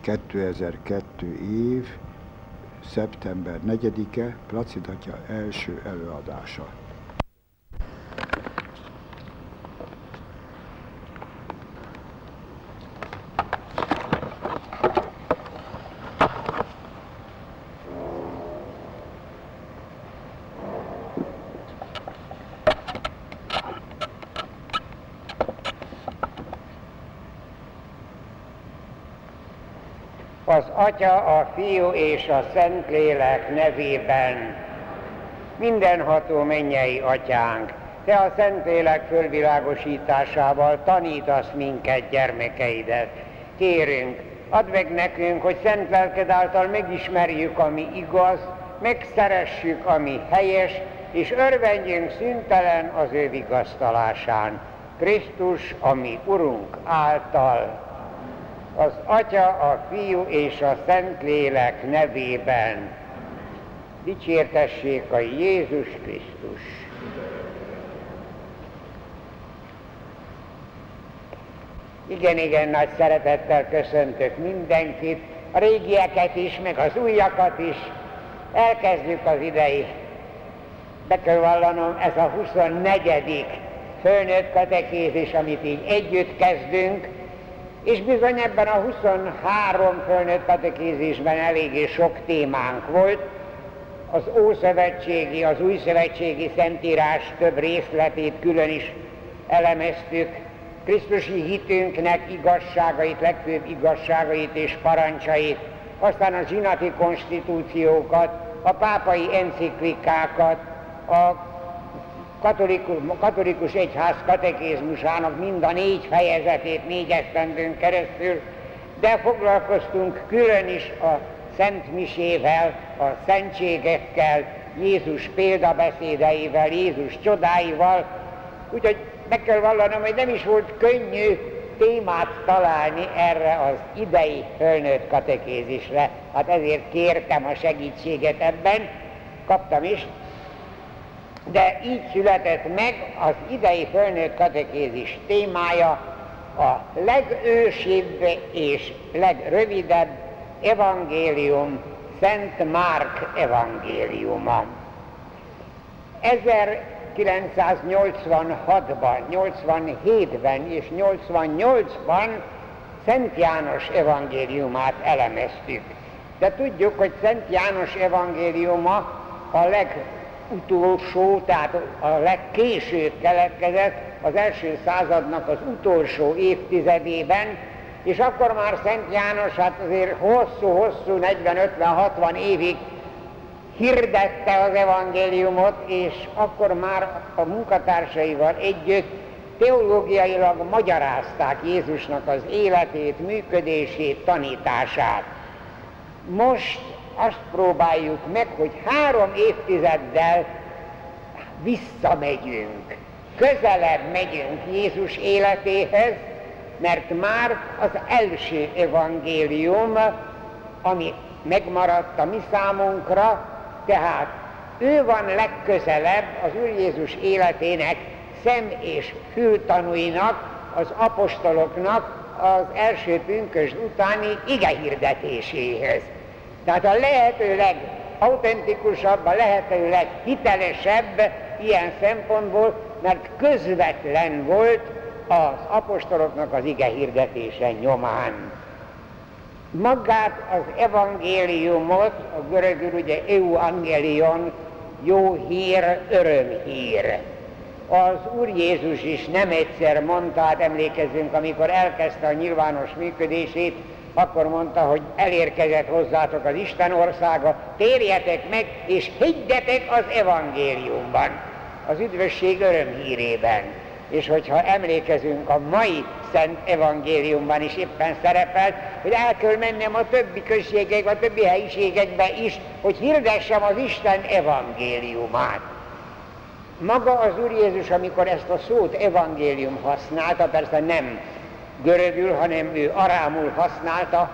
2002 év, szeptember 4-e, Placid atya első előadása. Az Atya, a Fiú és a Szentlélek nevében. Mindenható mennyei Atyánk, Te a Szentlélek fölvilágosításával tanítasz minket, gyermekeidet. Kérünk, add meg nekünk, hogy szent lelked által megismerjük, ami igaz, megszeressük, ami helyes, és örvendjünk szüntelen az ő vigasztalásán. Krisztus, ami Urunk által. Az Atya, a Fiú és a Szentlélek nevében. Dicsértessék a Jézus Krisztus. Igen, nagy szeretettel köszöntök mindenkit, a régieket is, meg az újakat is. Elkezdjük az idei, be kell vallanom, ez a 24. fölnőtt katekézis, amit így együtt kezdünk, és bizony ebben a 23 fölnőtt katekézisben eléggé sok témánk volt. Az ószövetségi, az újszövetségi szentírás több részletét külön is elemeztük, krisztusi hitünknek igazságait, legfőbb igazságait és parancsait, aztán a zsinati konstitúciókat, a pápai enciklikákat, a katolikus egyház katekézmusának mind a 4 fejezetét 4 esztendőn keresztül, de foglalkoztunk külön is a Szent Misével, a szentségekkel, Jézus példabeszédeivel, Jézus csodáival, úgyhogy meg kell vallanom, hogy nem is volt könnyű témát találni erre az idei fölnőtt katekézisre. Hát ezért kértem a segítséget ebben, kaptam is, de így született meg az idei fölnőtt katekézis témája, a legősibb és legrövidebb evangélium, Szent Márk evangéliuma. 1986-ban, 87-ben és 88-ban Szent János evangéliumát elemeztük. De tudjuk, hogy Szent János evangéliuma a legutolsó, tehát a legkésőbb keletkezett, az első századnak az utolsó évtizedében, és akkor már Szent János hát azért hosszú 40-50-60 évig hirdette az evangéliumot, és akkor már a munkatársaival együtt teológiailag magyarázták Jézusnak az életét, működését, tanítását. Most azt próbáljuk meg, hogy 3 évtizeddel visszamegyünk, közelebb megyünk Jézus életéhez, mert már az első evangélium, ami megmaradt a mi számunkra, tehát ő van legközelebb az Úr Jézus életének szem- és fültanúinak, az apostoloknak az első pünkösd utáni igehirdetéséhez. Tehát a lehető legautentikusabb, a lehető leghitelesebb ilyen szempontból, mert közvetlen volt az apostoloknak az igehirdetése nyomán. Magát az evangéliumot, a görögül ugye euangelion, jó hír, örömhír. Az Úr Jézus is nem egyszer mondta, hát emlékezzünk, amikor elkezdte a nyilvános működését, akkor mondta, hogy elérkezett hozzátok az Isten országa, térjetek meg és higgyetek az evangéliumban, az üdvösség örömhírében. És hogyha emlékezünk, a mai Szent Evangéliumban is éppen szerepelt, hogy el kell mennem a többi községekbe, a többi helyiségekbe is, hogy hirdessem az Isten evangéliumát. Maga az Úr Jézus, amikor ezt a szót evangélium használta, persze nem görögül, hanem ő arámul használta,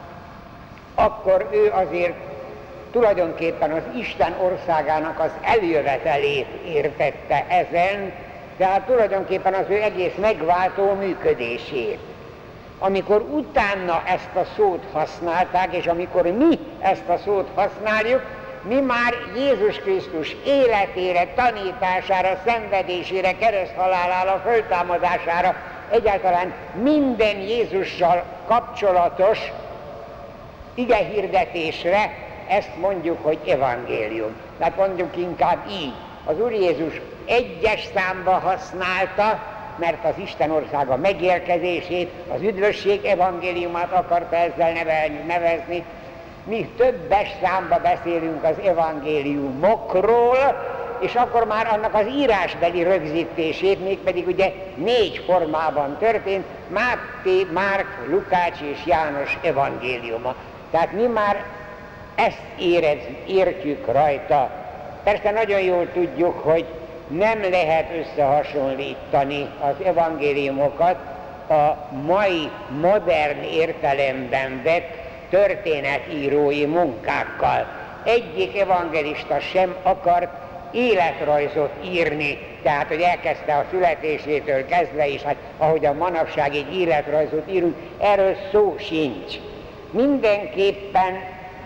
akkor ő azért tulajdonképpen az Isten országának az eljövetelét értette ezen, tehát tulajdonképpen az ő egész megváltó működését. amikor utána ezt a szót használták, és amikor mi ezt a szót használjuk, mi már Jézus Krisztus életére, tanítására, szenvedésére, kereszthalálára, föltámadására, egyáltalán minden Jézussal kapcsolatos igehirdetésre ezt mondjuk, hogy evangélium. Tehát mondjuk inkább így. Az Úr Jézus egyes számba használta, mert az Isten országa megérkezését, az üdvösség evangéliumát akarta ezzel nevezni. Mi többes számba beszélünk az evangéliumokról, és akkor már annak az írásbeli rögzítését, mégpedig ugye 4 formában történt, Máté, Márk, Lukács és János evangéliuma. Tehát mi már ezt értjük rajta. Persze nagyon jól tudjuk, hogy nem lehet összehasonlítani az evangéliumokat a mai modern értelemben vett történetírói munkákkal. Egyik evangelista sem akart életrajzot írni, tehát hogy elkezdte a születésétől kezdve, és hát ahogyan manapság egy életrajzot írunk, erről szó sincs. Mindenképpen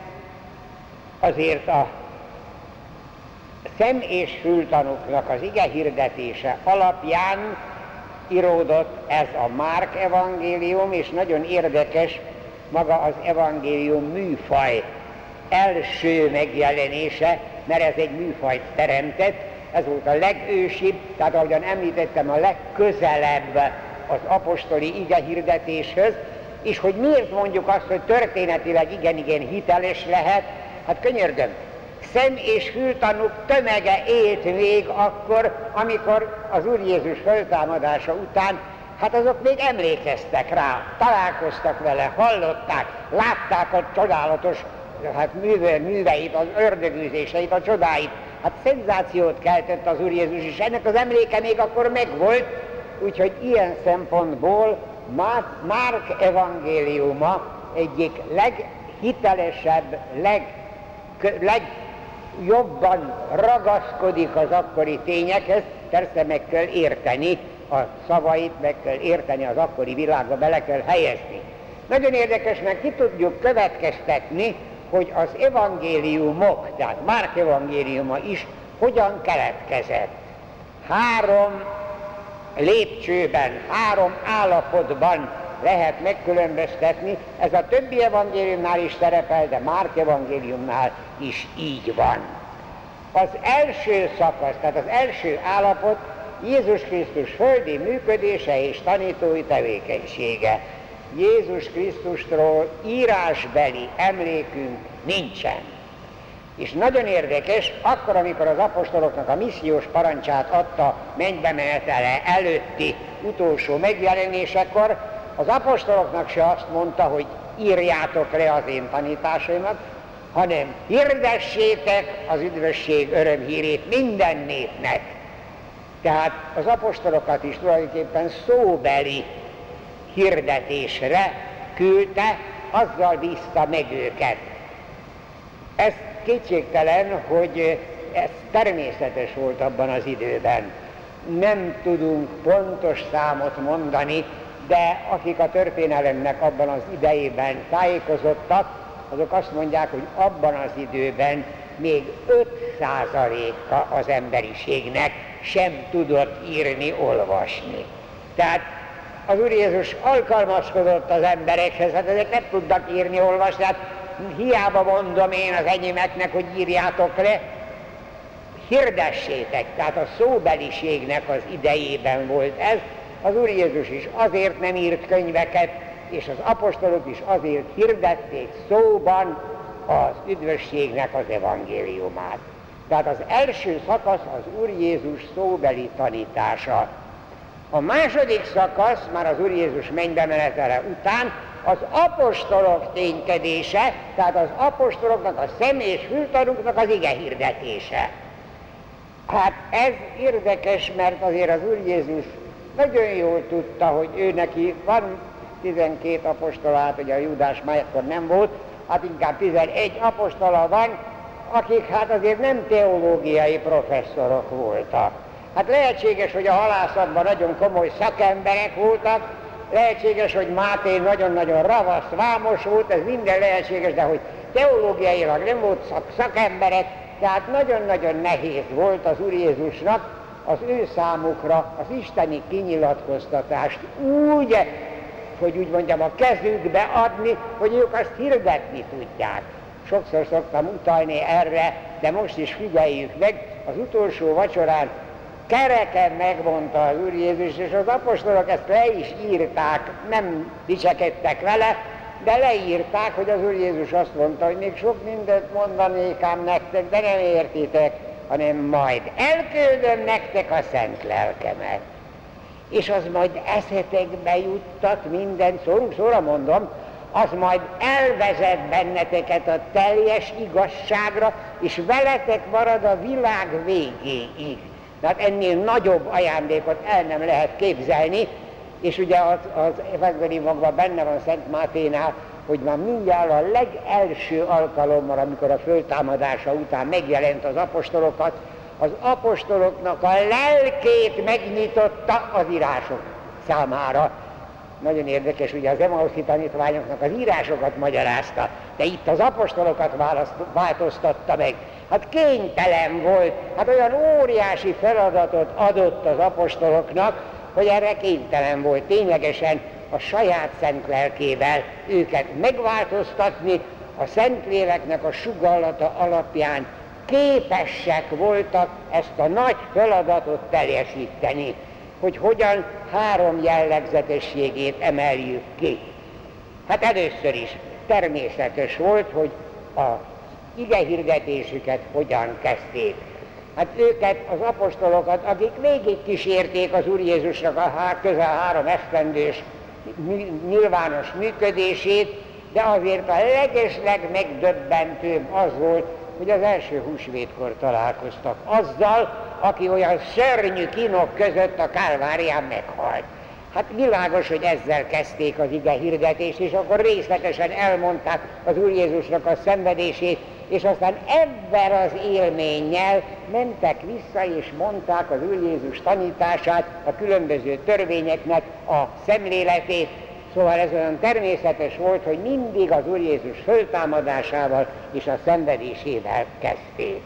azért a szem- és fültanúknak az igehirdetése alapján íródott ez a Márk evangélium, és nagyon érdekes maga az evangélium műfaj első megjelenése, mert ez egy műfajt teremtett, ez volt a legősibb, tehát ahogyan említettem, a legközelebb az apostoli igehirdetéshez, és hogy miért mondjuk azt, hogy történetileg igen hiteles lehet, hát könyörgöm, szem- és fültanúk tömege élt még akkor, amikor az Úr Jézus föltámadása után, hát azok még emlékeztek rá, találkoztak vele, hallották, látták a csodálatos műveit, az ördögűzéseit, a csodáit. Hát szenzációt keltett az Úr Jézus, és ennek az emléke még akkor megvolt, úgyhogy ilyen szempontból Márk evangéliuma egyik leghitelesebb, legjobban ragaszkodik az akkori tényekhez, persze meg kell érteni a szavait, meg kell érteni az akkori világba, bele kell helyezni. Nagyon érdekes, mert ki tudjuk következtetni, hogy az evangéliumok, tehát Márk evangéliuma is hogyan keletkezett. 3 lépcsőben, 3 állapotban lehet megkülönböztetni, ez a többi evangéliumnál is szerepel, de Márk evangéliumnál is így van. Az első szakasz, tehát az első állapot Jézus Krisztus földi működése és tanítói tevékenysége. Jézus Krisztustról írásbeli emlékünk nincsen. És nagyon érdekes, akkor, amikor az apostoloknak a missziós parancsát adta mennybe menetele előtti utolsó megjelenésekor, az apostoloknak se azt mondta, hogy írjátok le az én tanításaimat, hanem hirdessétek az üdvösség örömhírét minden népnek. Tehát az apostolokat is tulajdonképpen szóbeli hirdetésre küldte, azzal bízta meg őket. Ez kétségtelen, hogy ez természetes volt abban az időben. Nem tudunk pontos számot mondani, de akik a történelemnek abban az idejében tájékozottak, azok azt mondják, hogy abban az időben még 5%-a az emberiségnek sem tudott írni, olvasni. Tehát az Úr Jézus alkalmazkodott az emberekhez, hát ezek nem tudnak írni, olvasni, hát hiába mondom én az enyémeknek, hogy írjátok le, hirdessétek, tehát a szóbeliségnek az idejében volt ez. Az Úr Jézus is azért nem írt könyveket, és az apostolok is azért hirdették szóban az üdvösségnek az evangéliumát. Tehát az első szakasz az Úr Jézus szóbeli tanítása. A második szakasz, már az Úr Jézus mennybe menetele után, az apostolok ténykedése, tehát az apostoloknak, a szem- és fültanúknak az igehirdetése. Hát ez érdekes, mert azért az Úr Jézus nagyon jól tudta, hogy ő neki van 12 apostolát, ugye a Júdás már akkor nem volt, hát inkább 11 apostola van, akik hát azért nem teológiai professzorok voltak. Hát lehetséges, hogy a halászatban nagyon komoly szakemberek voltak, lehetséges, hogy Máté nagyon-nagyon ravasz, vámos volt, ez minden lehetséges, de hogy teológiailag nem volt szakemberek, tehát nagyon-nagyon nehéz volt az Úr Jézusnak az ő számukra az isteni kinyilatkoztatást úgy, hogy úgy mondjam, a kezükbe adni, hogy ők azt hirdetni tudják. Sokszor szoktam utalni erre, de most is figyeljük meg, az utolsó vacsorán kereken megmondta az Úr Jézus, és az apostolok ezt le is írták, nem dicsekedtek vele, de leírták, hogy az Úr Jézus azt mondta, hogy még sok mindent mondanék ám nektek, de nem értitek, hanem majd elküldöm nektek a szent lelkemet. És az majd eszetekbe juttat minden, szóra mondom, az majd elvezet benneteket a teljes igazságra, és veletek marad a világ végéig. Tehát ennél nagyobb ajándékot el nem lehet képzelni, és ugye az evangéliumokban benne van Szent Máténál, hogy már mindjárt a legelső alkalommal, amikor a föltámadása után megjelent az apostoloknak a lelkét megnyitotta az írások számára. Nagyon érdekes, ugye az Emauszi tanítványoknak az írásokat magyarázta, de itt az apostolokat változtatta meg. Hát kénytelen volt, hát olyan óriási feladatot adott az apostoloknak, hogy erre kénytelen volt ténylegesen a saját szent lelkével őket megváltoztatni, a Szentléleknek a sugallata alapján képesek voltak ezt a nagy feladatot teljesíteni, hogy hogyan 3 jellegzetességét emeljük ki. Hát először is természetes volt, hogy a igehirdetésüket hogyan kezdték. Hát őket, az apostolokat, akik végig kísérték az Úr Jézusnak a közel 3 esztendős nyilvános működését, de azért a legesleg megdöbbentőbb az volt, hogy az első húsvétkor találkoztak azzal, aki olyan szörnyű kínok között a Kálvárián meghalt. Hát világos, hogy ezzel kezdték az ige hirdetést, és akkor részletesen elmondták az Úr Jézusnak a szenvedését, és aztán ebben az élménnyel mentek vissza, és mondták az Úr Jézus tanítását, a különböző törvényeknek a szemléletét. Szóval ez olyan természetes volt, hogy mindig az Úr Jézus föltámadásával és a szenvedésével kezdték.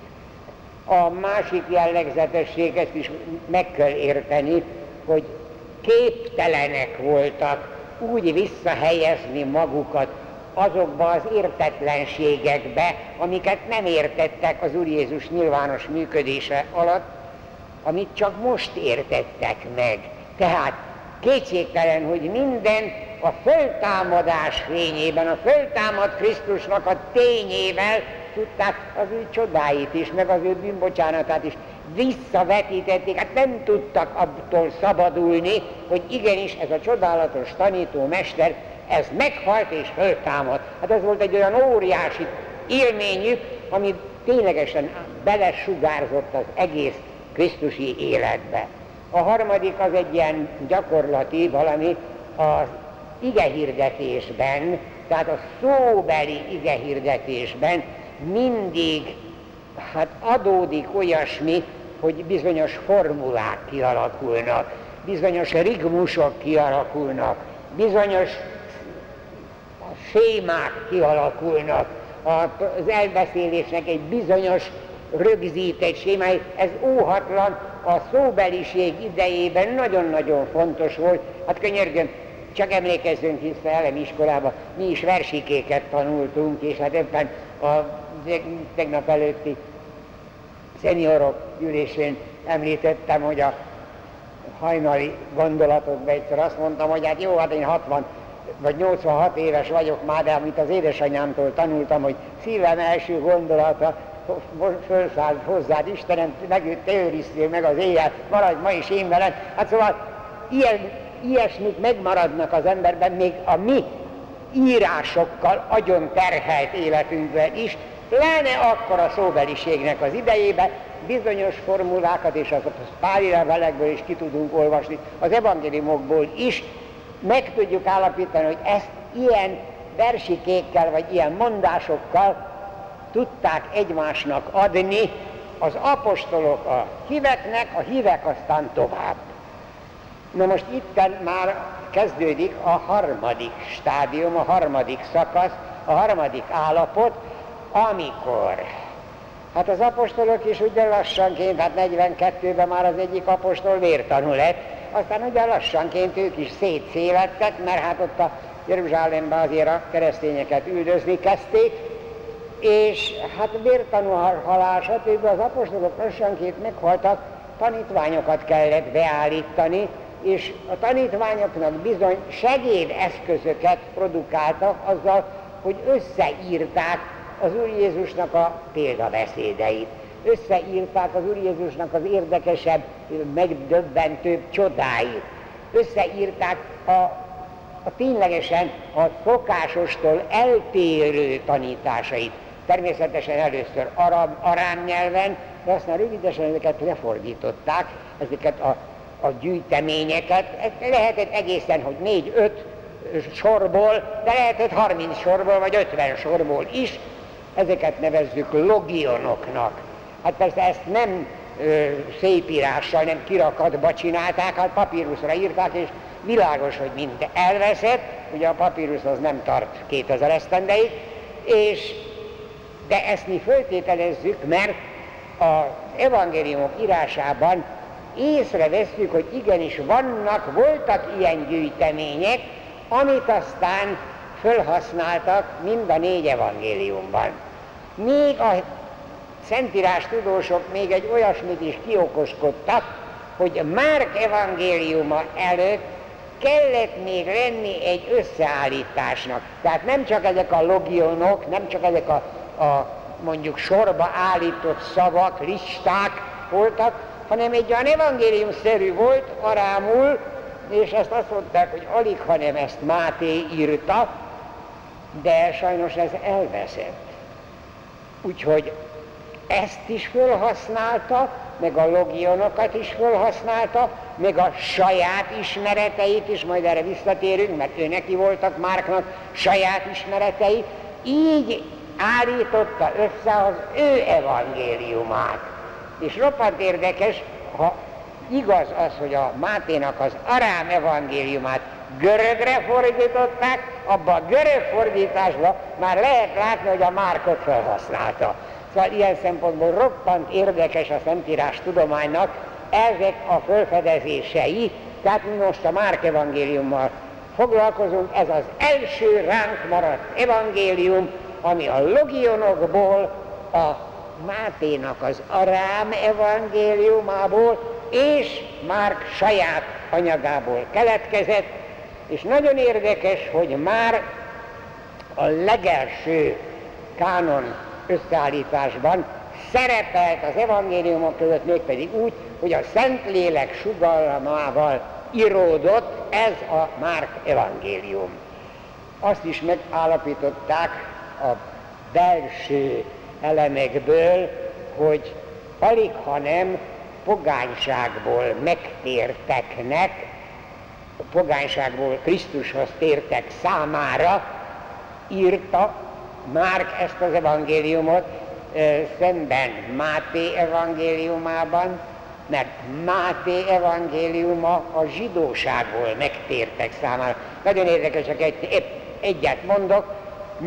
A másik jellegzetesség, ezt is meg kell érteni, hogy képtelenek voltak úgy visszahelyezni magukat azokba az értetlenségekbe, amiket nem értettek az Úr Jézus nyilvános működése alatt, amit csak most értettek meg. Tehát kétségtelen, hogy minden a föltámadás fényében, a föltámadt Krisztusnak a tényével tudták az ő csodáit is, meg az ő bűnbocsánatát is visszavetítették, hát nem tudtak attól szabadulni, hogy igenis ez a csodálatos tanítómester, ez meghalt és föltámad. Hát ez volt egy olyan óriási élményük, ami ténylegesen belesugárzott az egész krisztusi életbe. A harmadik az egy ilyen gyakorlati valami az igehirdetésben, tehát a szóbeli igehirdetésben mindig adódik olyasmi, hogy bizonyos formulák kialakulnak, bizonyos rigmusok kialakulnak, bizonyos sémák kialakulnak, az elbeszélésnek egy bizonyos rögzített sémája, ez óhatlan, a szóbeliség idejében nagyon-nagyon fontos volt. Hát könyörgöm, csak emlékezzünk vissza elemi iskolában, mi is versikéket tanultunk, és hát ebben a tegnap előtti szeniorok gyűlésén említettem, hogy a hajnali gondolatokban egyszer azt mondtam, hogy hát jó, hát én 60 vagy 86 éves vagyok már, de amit az édesanyámtól tanultam, hogy szívem első gondolata, fölszállt hozzád Istenem, te őriztél meg az éjjel, maradj ma is én veled. Hát szóval ilyesmik megmaradnak az emberben, még a mi írásokkal agyon terhelt életünkben is, pláne akkor a szóbeliségnek az idejében bizonyos formulákat, és azokat a pályavelekből is ki tudunk olvasni, az evangéliumokból is meg tudjuk állapítani, hogy ezt ilyen versikékkel, vagy ilyen mondásokkal tudták egymásnak adni az apostolok a híveknek, a hívek aztán tovább. Na most itten már kezdődik a harmadik stádium, a harmadik szakasz, a harmadik állapot, amikor hát az apostolok is ugye lassanként, hát 42-ben már az egyik apostol vértanú lett, aztán ugye lassanként ők is szétszélettek, mert hát ott a Jeruzsálemben azért a keresztényeket üldözni kezdték, és hát vértanú halál, stb. Az apostolok lassanként meghaltak, tanítványokat kellett beállítani, és a tanítványoknak bizony segédeszközöket produkáltak azzal, hogy összeírták az Úr Jézusnak a példabeszédeit. Összeírták az Úr Jézusnak az érdekesebb, megdöbbentőbb csodáit. Összeírták a ténylegesen a szokásostól eltérő tanításait. Természetesen először arám nyelven, de aztán rövidesen ezeket lefordították, ezeket a gyűjteményeket. Ez lehetett egészen, hogy 4-5 sorból, de lehetett 30 sorból, vagy 50 sorból is. Ezeket nevezzük logionoknak. Hát persze ezt nem szépírással, nem kirakatba csinálták, hát papírusra írták, és világos, hogy mind elveszett, ugye a papírus az nem tart 2000 esztendeig, de ezt mi föltételezzük, mert az evangéliumok írásában észrevesszük, hogy igenis voltak ilyen gyűjtemények, amit aztán fölhasználtak mind a 4 evangéliumban. Még a szentírás tudósok még egy olyasmit is kiokoskodtak, hogy Márk evangéliuma előtt kellett még lenni egy összeállításnak. Tehát nem csak ezek a logionok, nem csak ezek a mondjuk sorba állított szavak, listák voltak, hanem egy olyan evangéliumszerű volt arámul, és ezt azt mondták, hogy alig, hanem ezt Máté írta, de sajnos ez elveszett. Úgyhogy ezt is felhasználta, meg a logionokat is felhasználta, meg a saját ismereteit is, majd erre visszatérünk, mert neki voltak Márknak saját ismeretei, így állította össze az ő evangéliumát. És roppant érdekes, ha igaz az, hogy a Máténak az arám evangéliumát görögre fordították, abban a görög fordításban már lehet látni, hogy a Márkot felhasználta. Szóval ilyen szempontból roppant érdekes a Szentírás tudománynak ezek a felfedezései, tehát mi most a Márk evangéliummal foglalkozunk, ez az első ránk maradt evangélium, ami a logionokból, a Máténak az arám evangéliumából és Márk saját anyagából keletkezett, és nagyon érdekes, hogy már a legelső kánon összeállításban szerepelt az evangéliumok között, mégpedig úgy, hogy a Szentlélek sugallamával íródott ez a Márk evangélium. Azt is megállapították a belső elemekből, hogy alig, hanem pogányságból megtérteknek, pogányságból Krisztushoz tértek számára írta Márk ezt az evangéliumot, szemben Máté evangéliumában, mert Máté evangéliuma a zsidóságból megtértek számára. Nagyon érdekesek, egyet mondok,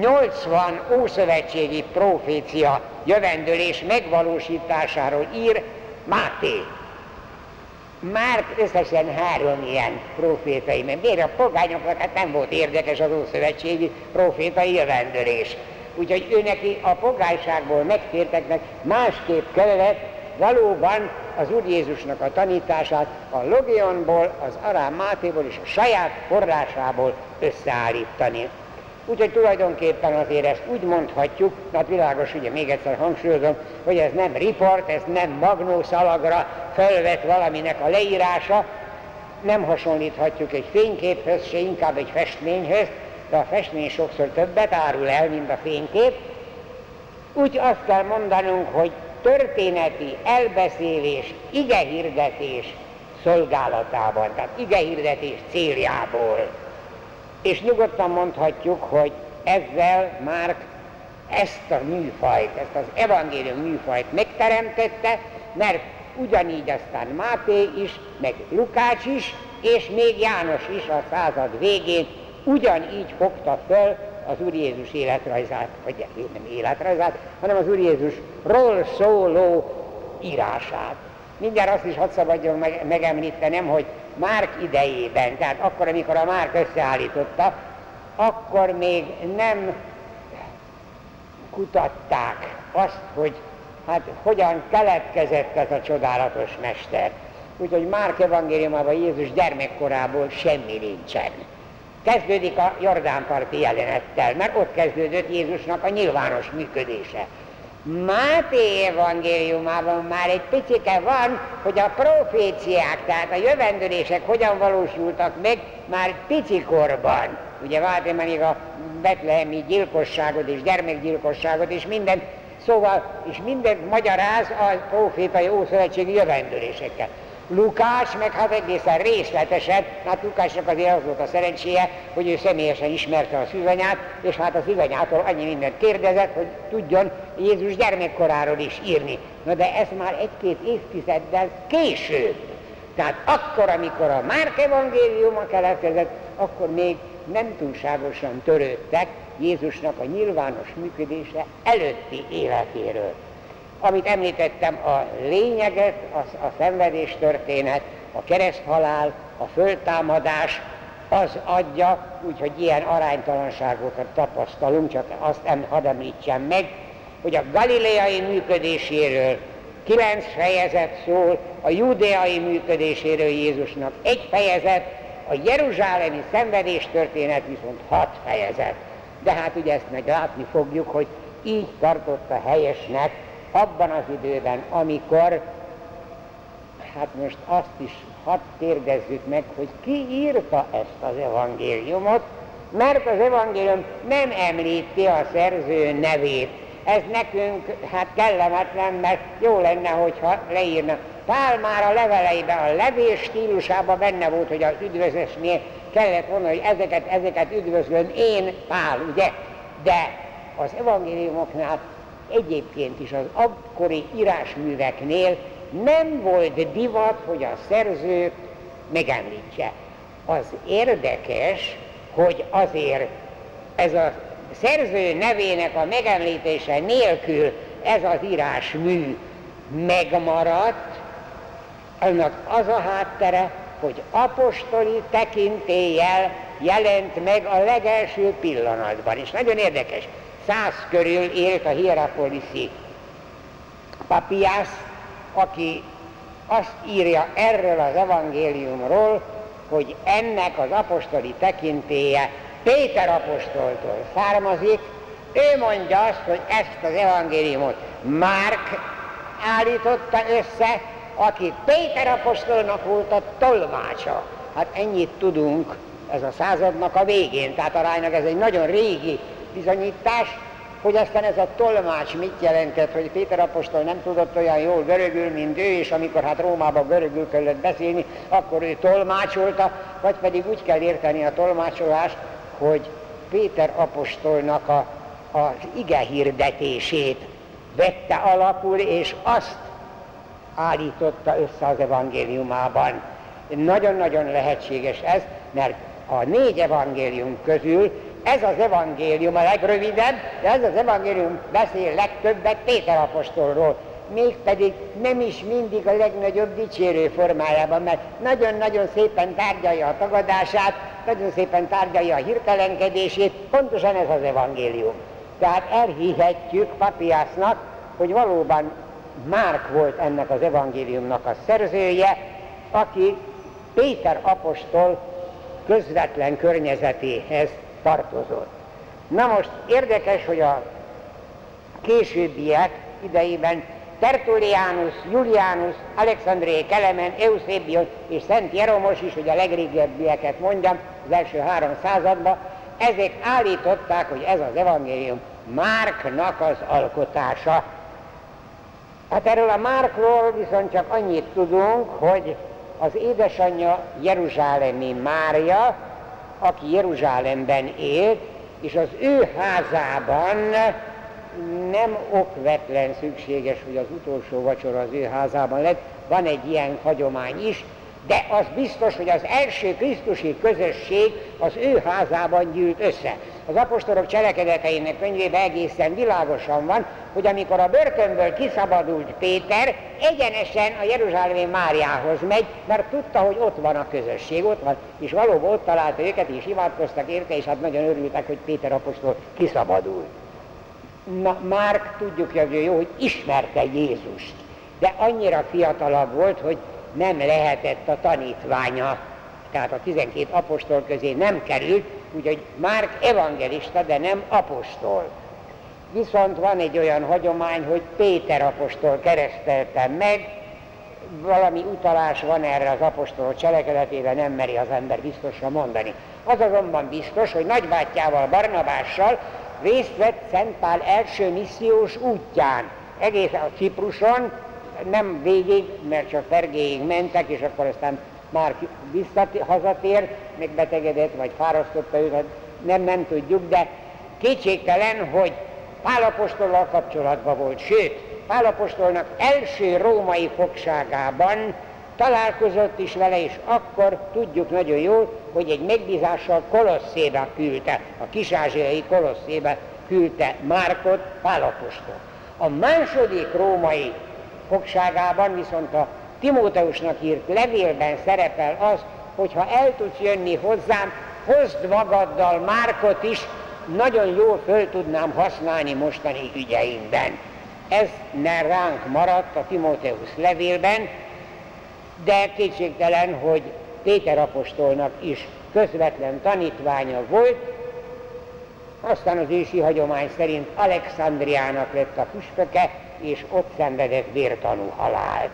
80 ószövetségi profécia jövendőlés megvalósításáról ír Máté. Márk összesen 3 ilyen profétai, mert miért a pogányoknak hát nem volt érdekes az ószövetségi profétai jövendőlés. Úgyhogy ő neki a pogányságból megtérteknek másképp kellett valóban az Úr Jézusnak a tanítását a logionból, az arám Mátéból és a saját forrásából összeállítani. Úgyhogy tulajdonképpen azért ezt úgy mondhatjuk, hát világos, ugye még egyszer hangsúlyozom, hogy ez nem riport, ez nem magnószalagra felvett valaminek a leírása, nem hasonlíthatjuk egy fényképhez, se inkább egy festményhez, de a festmény sokszor többet árul el, mint a fénykép. Úgy azt kell mondanunk, hogy történeti elbeszélés, igehirdetés szolgálatában, tehát igehirdetés céljából. És nyugodtan mondhatjuk, hogy ezzel Márk ezt a műfajt, ezt az evangélium műfajt megteremtette, mert ugyanígy aztán Máté is, meg Lukács is és még János is a század végén ugyanígy fogta föl az Úr Jézus életrajzát, vagy nem életrajzát, hanem az Úr Jézusról szóló írását. Mindjárt azt is hadd szabadjon megemlítenem, hogy Márk idejében, tehát akkor, amikor a Márk összeállította, akkor még nem kutatták azt, hogy hát hogyan keletkezett ez a csodálatos mester. Úgyhogy Márk evangéliumában Jézus gyermekkorából semmi nincsen. Kezdődik a Jordánparti jelenettel, mert ott kezdődött Jézusnak a nyilvános működése. Máté evangéliumában már egy picike van, hogy a proféciák, tehát a jövendőlések hogyan valósultak meg már picikorban. Ugye Máté még a betlehemi gyilkosságot és gyermekgyilkosságot és mindent, szóval, és mindent magyaráz a profétai ószövetségi jövendőlésekkel. Lukás meg hát egészen részletesen, hát Lukásnak azért az volt a szerencséje, hogy ő személyesen ismerte a szűzanyát, és hát a szűzanyától annyi mindent kérdezett, hogy tudjon Jézus gyermekkoráról is írni. Na de ez már egy-két évtizeddel később. Tehát akkor, amikor a Márk evangéliuma keletkezett, akkor még nem túlságosan törődtek Jézusnak a nyilvános működése előtti életéről. Amit említettem, a lényeget, a szenvedéstörténet, a kereszthalál, a föltámadás, az adja, úgyhogy ilyen aránytalanságokat tapasztalunk, csak azt hadd említsem meg, hogy a galileai működéséről 9 fejezet szól, a judeai működéséről Jézusnak 1 fejezet, a jeruzsálemi szenvedéstörténet viszont 6 fejezet. De hát ugye ezt meg látni fogjuk, hogy így tartotta helyesnek abban az időben, amikor, hát most azt is hadd kérdezzük meg, hogy ki írta ezt az evangéliumot, mert az evangélium nem említi a szerző nevét. Ez nekünk hát kellemetlen, mert jó lenne, hogyha leírna. Pál már a leveleiben, a levél stílusában benne volt, hogy az üdvözlésnél kellett volna, hogy ezeket üdvözlöm én, Pál, ugye? De az evangéliumoknál egyébként is az akkori írásműveknél nem volt divat, hogy a szerző megemlítse. Az érdekes, hogy azért ez a szerző nevének a megemlítése nélkül ez az írásmű megmaradt, annak az a háttere, hogy apostoli tekintéllyel jelent meg a legelső pillanatban. És nagyon érdekes, 100 körül élt a Hierapoliszi Papiász, aki azt írja erről az evangéliumról, hogy ennek az apostoli tekintélye Péter apostoltól származik. Ő mondja azt, hogy ezt az evangéliumot Márk állította össze, aki Péter apostolnak volt a tolmácsa. Hát ennyit tudunk ez a századnak a végén, tehát aránylag ez egy nagyon régi bizonyítás, hogy aztán ez a tolmács mit jelentett, hogy Péter apostol nem tudott olyan jól görögül, mint ő, és amikor hát Rómában görögül kellett beszélni, akkor ő tolmácsolta, vagy pedig úgy kell érteni a tolmácsolást, hogy Péter apostolnak az ige hirdetését vette alapul, és azt állította össze az evangéliumában. Nagyon-nagyon lehetséges ez, mert a 4 evangélium közül ez az evangélium a legrövidebb, de ez az evangélium beszél legtöbbet Péter apostolról, mégpedig nem is mindig a legnagyobb dicsérő formájában, mert nagyon-nagyon szépen tárgyalja a tagadását, nagyon szépen tárgyalja a hirtelenkedését, pontosan ez az evangélium. Tehát elhihetjük Papiásznak, hogy valóban Márk volt ennek az evangéliumnak a szerzője, aki Péter apostol közvetlen környezetéhez tartozott. Na most érdekes, hogy a későbbiek idejében Tertullianus, Julianus, Alexandré, Kelemen, Eusebius és Szent Jeromos is, hogy a legrégebbieket mondjam, az első 3 században, ezek állították, hogy ez az evangélium Márknak az alkotása. Hát erről a Márkról viszont csak annyit tudunk, hogy az édesanyja jeruzsálemi Mária, aki Jeruzsálemben élt, és az ő házában nem okvetlen szükséges, hogy az utolsó vacsora az ő házában lett. Van egy ilyen hagyomány is, De az biztos, hogy az első krisztusi közösség az ő házában gyűlt össze. Az apostolok cselekedeteinek könyvében egészen világosan van, hogy amikor a börtönből kiszabadult Péter, egyenesen a jeruzsálemi Máriához megy, mert tudta, hogy ott van a közösség, ott van, és valóban ott találta őket, és imádkoztak érte, és hát nagyon örültek, hogy Péter apostol kiszabadult. Na, Márk tudjuk, hogy jó, hogy ismerte Jézust, de annyira fiatalabb volt, hogy nem lehetett a tanítványa, tehát a 12 apostol közé nem került, úgyhogy Márk evangelista, de nem apostol. Viszont van egy olyan hagyomány, hogy Péter apostol keresztelte meg, valami utalás van erre az apostolok cselekedetében, nem meri az ember biztosra mondani. Az azonban biztos, hogy nagybátyjával, Barnabással részt vett Szent Pál első missziós útján, egészen a Cipruson, nem végig, mert csak Pergéig mentek, és akkor aztán már hazatért, megbetegedett, vagy fárasztotta őt, nem tudjuk, de kétségtelen, hogy Pál apostollal kapcsolatban volt, sőt, Pál apostolnak első római fogságában találkozott is vele, és akkor tudjuk nagyon jól, hogy egy megbízással Kolosszébe küldte, a kis-ázsiai Kolosszébe küldte Márkot, Pál apostol. A második római fogságában viszont a Timóteusnak írt levélben szerepel az, hogy ha el tudsz jönni hozzám, hozd magaddal Márkot is, nagyon jól föl tudnám használni mostani ügyeimben. Ez ne ránk maradt a Timóteusz levélben, de kétségtelen, hogy Péter apostolnak is közvetlen tanítványa volt, aztán az ősi hagyomány szerint Alexandriának lett a püspöke, és ott szenvedett vértanú halált.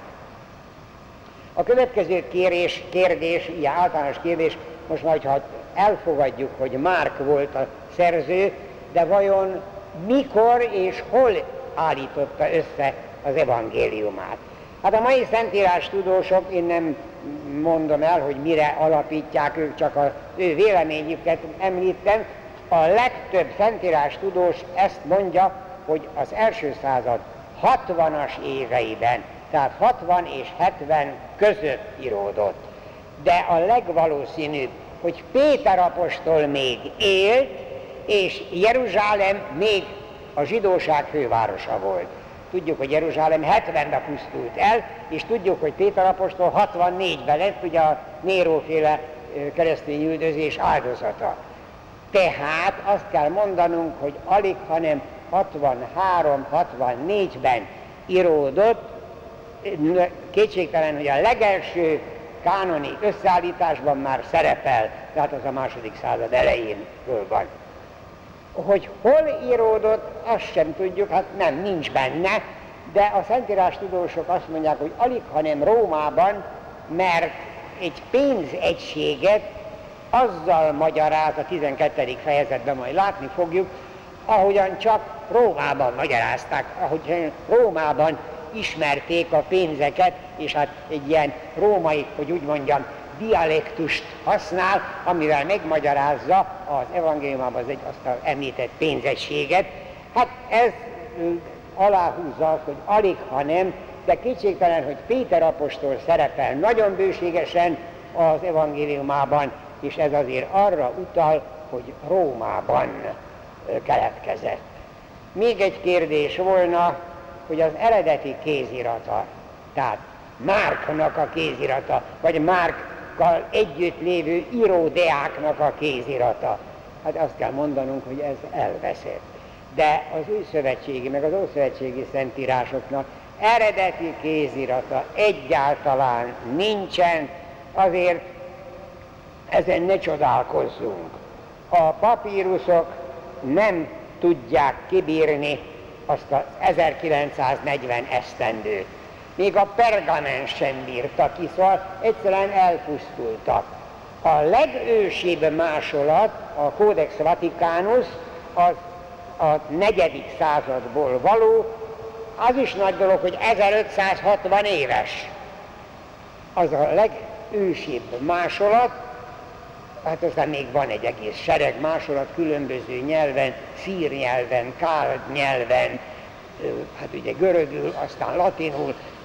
A következő kérdés, ilyen általános kérdés, most már, ha elfogadjuk, hogy Márk volt a szerző, de vajon mikor és hol állította össze az evangéliumát? Hát a mai szentírás tudósok, én nem mondom el, hogy mire alapítják, ők csak az ő véleményüket említem, a legtöbb szentírás tudós ezt mondja, hogy az első század 60-as éveiben, tehát 60 és 70 között íródott. De a legvalószínűbb, hogy Péter apostol még élt, és Jeruzsálem még a zsidóság fővárosa volt. Tudjuk, hogy Jeruzsálem 70-ben pusztult el, és tudjuk, hogy Péter apostol 64-ben lett ugye a Néróféle keresztény üldözés áldozata. Tehát azt kell mondanunk, hogy alig, hanem 63-64-ben íródott, kétségtelen, hogy a legelső kánoni összeállításban már szerepel, tehát az a második század elejénről van. Hogy hol íródott, azt sem tudjuk, hát nem, nincs benne, de a szentírás tudósok azt mondják, hogy alig, hanem Rómában, mert egy pénzegységet azzal magyaráz, a 12. fejezetben majd látni fogjuk, ahogyan csak Rómában magyarázták, ahogy Rómában ismerték a pénzeket, és hát egy ilyen római, hogy úgy mondjam, dialektust használ, amivel megmagyarázza az evangéliumában az azt említett pénzegységet. Hát ez aláhúzza azt, hogy alig, ha nem, de kétségtelen, hogy Péter apostol szerepel nagyon bőségesen az evangéliumában, és ez azért arra utal, hogy Rómában keletkezett. Még egy kérdés volna, hogy az eredeti kézirata, tehát Márknak a kézirata, vagy Márkkal együtt lévő íródeáknak a kézirata, hát azt kell mondanunk, hogy ez elveszett. De az újszövetségi, meg az ószövetségi szentírásoknak eredeti kézirata egyáltalán nincsen, azért ezen ne csodálkozzunk. A papíruszok nem tudják kibírni azt az 1940 esztendőt. Még a pergamen sem bírta ki, szóval egyszerűen elpusztultak. A legősibb másolat, a Codex Vaticanus, az a 4. századból való, az is nagy dolog, hogy 1560 éves. Az a legősibb másolat, hát aztán még van egy egész sereg másolat különböző nyelven, szír nyelven, káld nyelven, hát ugye görögül, aztán latinul,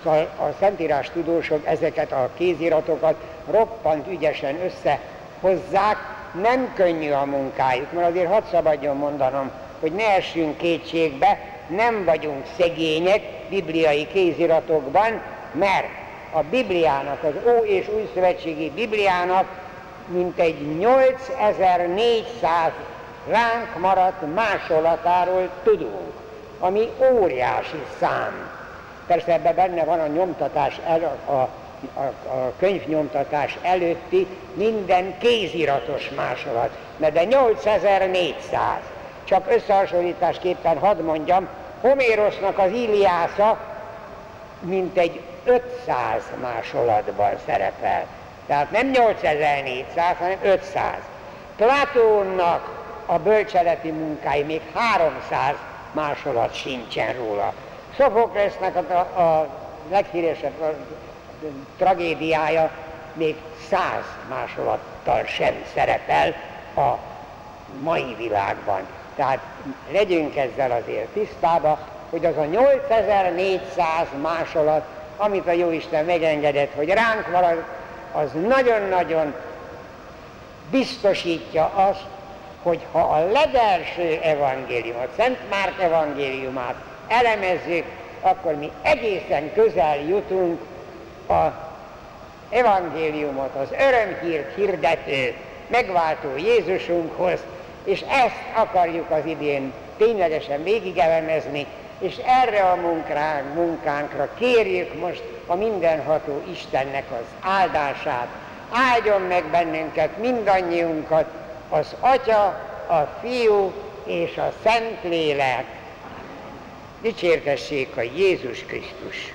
a szentírás tudósok ezeket a kéziratokat roppant ügyesen összehozzák. Nem könnyű a munkájuk, mert azért hadd szabadjon mondanom, hogy ne essünk kétségbe, nem vagyunk szegények bibliai kéziratokban, mert a Bibliának, az Ó- és Újszövetségi Bibliának mintegy 8400 ránk maradt másolatáról tudunk, ami óriási szám. Persze ebben benne van a nyomtatás, a könyvnyomtatás előtti minden kéziratos másolat, de 8400. Csak összehasonlításképpen hadd mondjam, Homérosznak az Iliásza mintegy 500 másolatban szerepel. Tehát nem 8400, hanem 500. Platónnak a bölcseleti munkái még 300 másolat sincsen róla. Szofoklesznek a leghíresebb tragédiája még 100 másolattal sem szerepel a mai világban. Tehát legyünk ezzel azért tisztába, hogy az a 8400 másolat, amit a Jóisten megengedett, hogy ránk marad, az nagyon-nagyon biztosítja azt, hogy ha a legelső evangéliumot, Szent Márk evangéliumát elemezzük, akkor mi egészen közel jutunk az evangéliumot, az örömhírt hirdető, megváltó Jézusunkhoz, és ezt akarjuk az idén ténylegesen végigelemezni, és erre a munkánkra kérjük most a mindenható Istennek az áldását. Áldjon meg bennünket, mindannyiunkat, az Atya, a Fiú és a Szentlélek. Dicsértessék a Jézus Krisztus!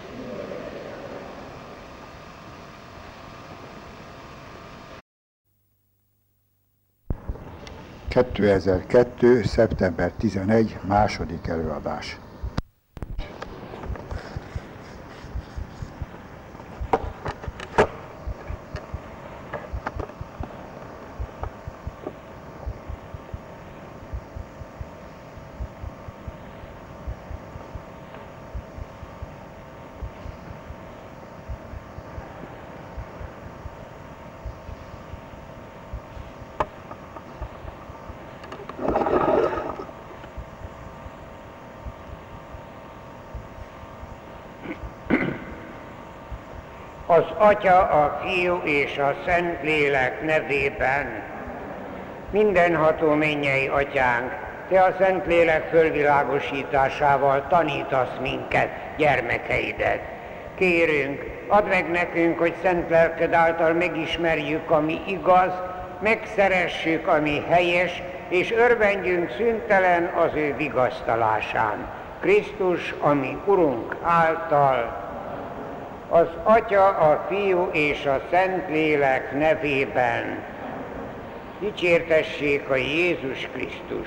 2002. szeptember 11. második előadás. Az Atya, a Fiú és a Szentlélek nevében. Mindenható mennyei Atyánk, Te a Szentlélek fölvilágosításával tanítasz minket, gyermekeidet. Kérünk, add meg nekünk, hogy szent lelked által megismerjük, ami igaz, megszeressük, ami helyes, és örvendjünk szüntelen az ő vigasztalásán. Krisztus, ami Urunk által, az Atya, a Fiú és a Szentlélek nevében. Dicsértessék a Jézus Krisztus!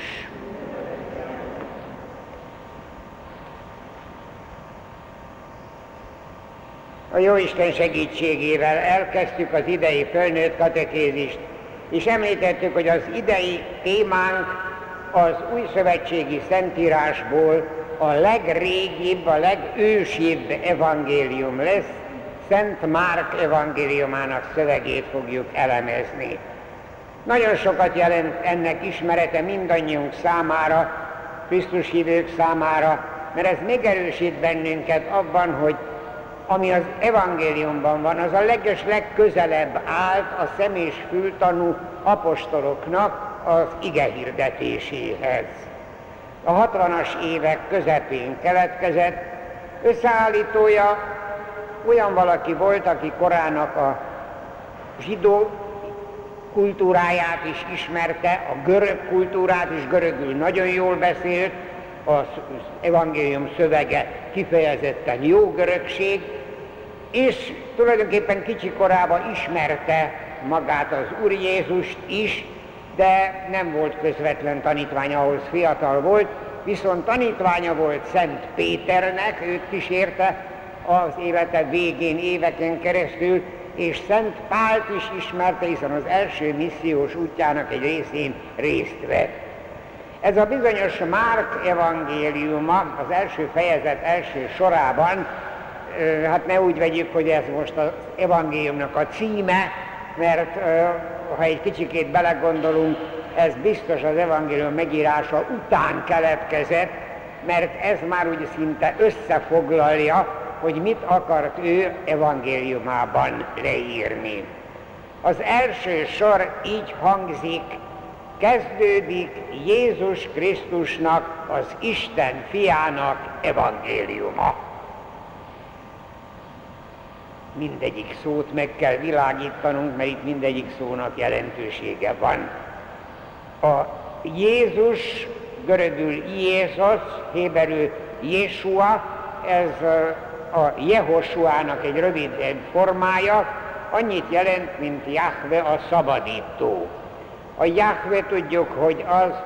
A Jóisten segítségével elkezdtük az idei fölnőtt katekézist, és említettük, hogy az idei témánk az újszövetségi szentírásból a legrégibb, a legősibb evangélium lesz, Szent Márk evangéliumának szövegét fogjuk elemezni. Nagyon sokat jelent ennek ismerete mindannyiunk számára, Krisztus hívők számára, mert ez megerősít bennünket abban, hogy ami az evangéliumban van, az a legközelebb állt a szem- és fültanú apostoloknak az ige hirdetéséhez. A 60-as évek közepén keletkezett, összeállítója olyan valaki volt, aki korának a zsidó kultúráját is ismerte, a görög kultúrát is, görögül nagyon jól beszélt, az evangélium szövege kifejezetten jó görögség, és tulajdonképpen kicsi korában ismerte magát az Úr Jézust is, de nem volt közvetlen tanítványa, ahhoz fiatal volt, viszont tanítványa volt Szent Péternek, őt kísérte az élete végén éveken keresztül, és Szent Pált is ismerte, hiszen az első missziós útjának egy részén részt vett. Ez a bizonyos Márk evangéliuma az első fejezet első sorában hát ne úgy vegyük, hogy ez most az evangéliumnak a címe, mert ha egy kicsikét belegondolunk, ez biztos az evangélium megírása után keletkezett, mert ez már úgy szinte összefoglalja, hogy mit akart ő evangéliumában leírni. Az első sor így hangzik: kezdődik Jézus Krisztusnak, az Isten fiának evangéliuma. Mindegyik szót meg kell világítanunk, mert itt mindegyik szónak jelentősége van. A Jézus, görögül Jézus, héberül Jésua, ez a Jehosuának egy rövid formája, annyit jelent, mint Jahve, a szabadító. A Jahve tudjuk, hogy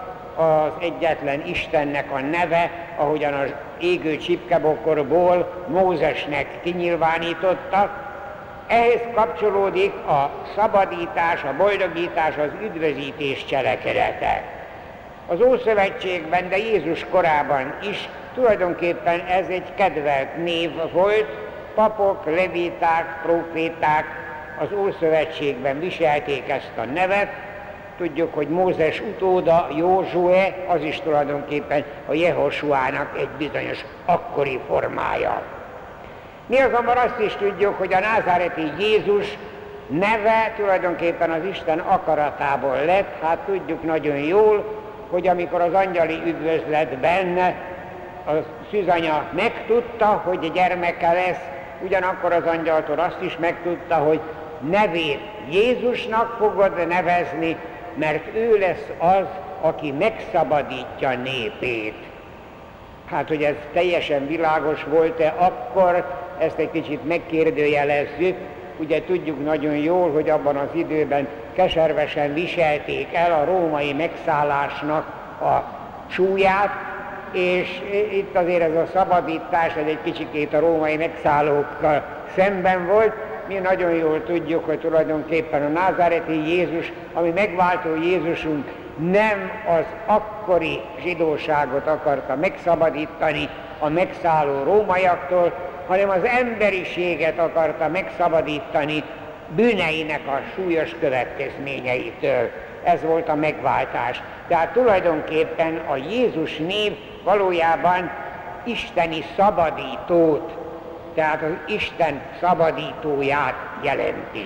az egyetlen Istennek a neve, ahogyan az égő csipkebokorból Mózesnek kinyilvánítottak. Ehhez kapcsolódik a szabadítás, a boldogítás, az üdvözítés cselekedete. Az Ószövetségben, de Jézus korában is tulajdonképpen ez egy kedvelt név volt. Papok, levíták, próféták az Ószövetségben viselték ezt a nevet. Tudjuk, hogy Mózes utóda, Józsué, az is tulajdonképpen a Jehosuának egy bizonyos akkori formája. Mi azonban azt is tudjuk, hogy a názáreti Jézus neve tulajdonképpen az Isten akaratából lett. Hát tudjuk nagyon jól, hogy amikor az angyali üdvözletben a szűzanya megtudta, hogy gyermeke lesz, ugyanakkor az angyaltól azt is megtudta, hogy nevét Jézusnak fogod nevezni, mert ő lesz az, aki megszabadítja népét. Hát, hogy ez teljesen világos volt-e akkor, ezt egy kicsit megkérdőjelezzük. Ugye tudjuk nagyon jól, hogy abban az időben keservesen viselték el a római megszállásnak a súlyát, és itt azért ez a szabadítás, ez egy kicsikét a római megszállókkal szemben volt. Mi nagyon jól tudjuk, hogy tulajdonképpen a názáreti Jézus, ami megváltó Jézusunk, nem az akkori zsidóságot akarta megszabadítani a megszálló rómaiaktól, hanem az emberiséget akarta megszabadítani bűneinek a súlyos következményeitől. Ez volt a megváltás. Tehát tulajdonképpen a Jézus név valójában isteni szabadítót, tehát az Isten szabadítóját jelenti.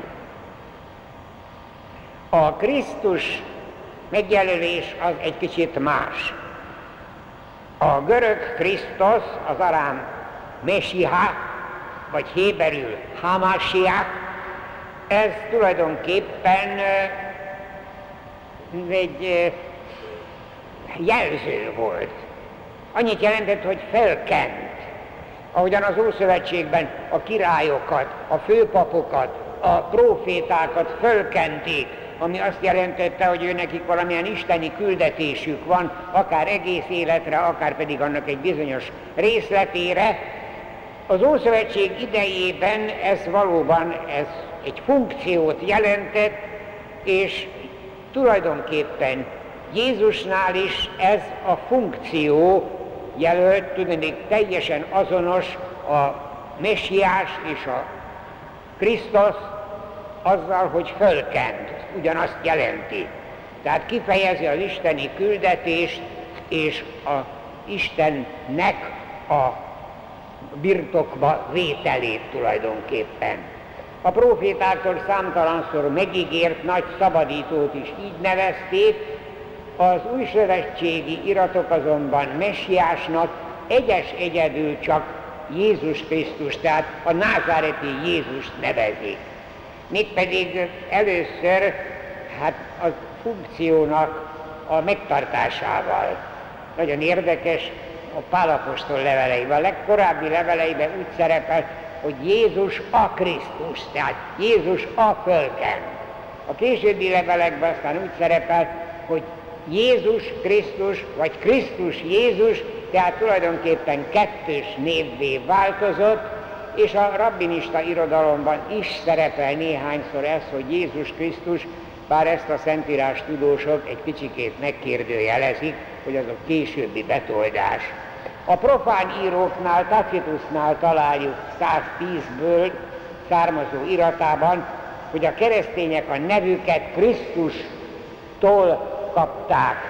A Krisztus megjelölés az egy kicsit más. A görög Krisztus, az arám Mesiha, vagy héberül Hamashiach, ez tulajdonképpen egy jelző volt. Annyit jelentett, hogy felkent. Ahogyan az Ószövetségben a királyokat, a főpapokat, a prófétákat fölkenték, ami azt jelentette, hogy őnekik valamilyen isteni küldetésük van, akár egész életre, akár pedig annak egy bizonyos részletére. Az Ószövetség idejében ez valóban egy funkciót jelentett, és tulajdonképpen Jézusnál is ez a funkció jelölt, tudnék, teljesen azonos a Messiás és a Krisztus azzal, hogy fölkent, ugyanazt jelenti. Tehát kifejezi az isteni küldetést és az Istennek a birtokba vételét tulajdonképpen. A prófétáktól számtalanszor megígért nagy szabadítót is így nevezték, az újszövetségi iratok azonban Messiásnak egyedül csak Jézus Krisztus, tehát a názáreti Jézust nevezik. Mégpedig először a funkciónak a megtartásával. Nagyon érdekes, a Pál apostol leveleiben, a legkorábbi leveleiben úgy szerepel, hogy Jézus a Krisztus, tehát Jézus a fölkent. A későbbi levelekben aztán úgy szerepel, hogy Jézus Krisztus, vagy Krisztus Jézus, tehát tulajdonképpen kettős névvé változott, és a rabbinista irodalomban is szerepel néhányszor ez, hogy Jézus Krisztus, bár ezt a szentírás tudósok egy kicsikét megkérdőjelezik, hogy az a későbbi betoldás. A profán íróknál, Tacitusnál találjuk 110-ből származó iratában, hogy a keresztények a nevüket Krisztustól kapták.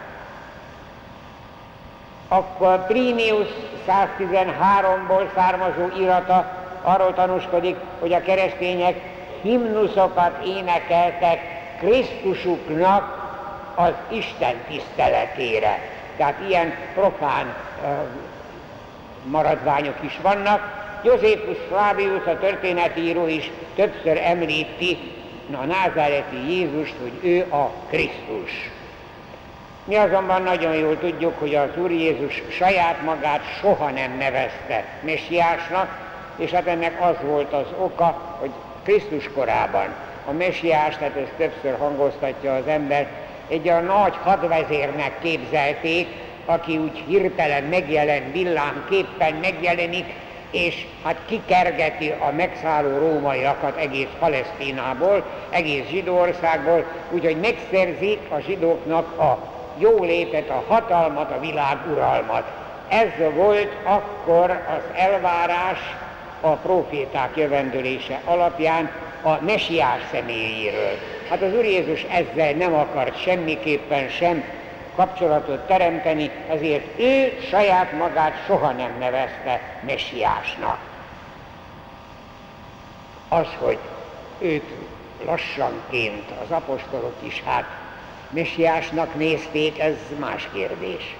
Akkor Plinius 113-ból származó irata arról tanúskodik, hogy a keresztények himnuszokat énekeltek Krisztusuknak az Isten tiszteletére. Tehát ilyen profán maradványok is vannak. Joséphus Flavius, a történetíró is többször említi a názáreti Jézust, hogy ő a Krisztus. Mi azonban nagyon jól tudjuk, hogy az Úr Jézus saját magát soha nem nevezte messiásnak, és hát ennek az volt az oka, hogy Krisztus korában a messiás, tehát ezt többször hangoztatja az ember, egy olyan nagy hadvezérnek képzelték, aki úgy hirtelen megjelen, villámképpen megjelenik, és hát kikergeti a megszálló rómaiakat egész Palesztinából, egész Zsidóországból, úgyhogy megszerzi a zsidóknak a jólétet, a hatalmat, a világuralmat. Ez volt akkor az elvárás a próféták jövendőlése alapján a messiás személyéről. Hát az Úr Jézus ezzel nem akart semmiképpen sem kapcsolatot teremteni, ezért ő saját magát soha nem nevezte messiásnak. Az, hogy őt lassanként az apostolok is hát messiásnak nézték, ez más kérdés.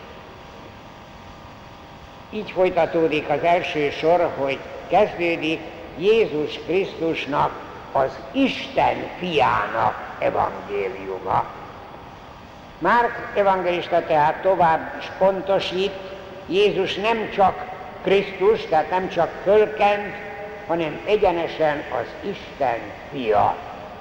Így folytatódik az első sor, hogy kezdődik Jézus Krisztusnak, az Isten fiának evangéliuma. Márk evangélista tehát tovább is pontosít, Jézus nem csak Krisztus, tehát nem csak fölkent, hanem egyenesen az Isten fia.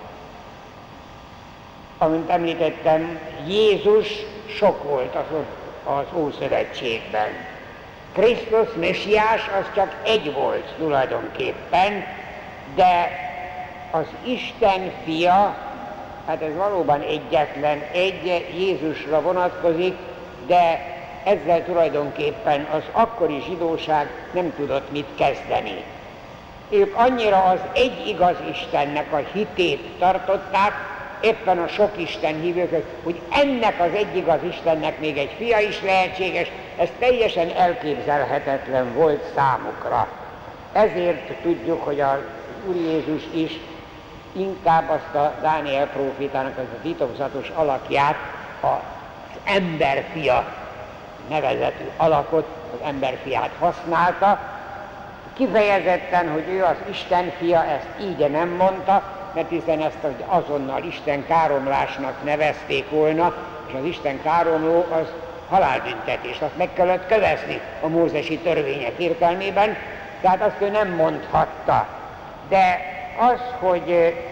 Amint említettem, Jézus sok volt az Ószövetségben. Krisztus, messiás, az csak egy volt tulajdonképpen, de az Isten fia, hát ez valóban egyetlen egy, Jézusra vonatkozik, de ezzel tulajdonképpen az akkori zsidóság nem tudott mit kezdeni. Ők annyira az egy igaz Istennek a hitét tartották, éppen a sok Isten hívők, hogy ennek az egy igaz Istennek még egy fia is lehetséges, ez teljesen elképzelhetetlen volt számukra. Ezért tudjuk, hogy az Úr Jézus is inkább azt a Dániel prófétának az a titokzatos alakját, az emberfia nevezetű alakot, az emberfiát használta. Kifejezetten, hogy ő az Isten fia, ezt így nem mondta, mert hiszen ezt azonnal Isten káromlásnak nevezték volna, és az Isten káromló az halálbüntetés, azt meg kellett kövezni a mózesi törvények értelmében, tehát azt ő nem mondhatta. De az, hogy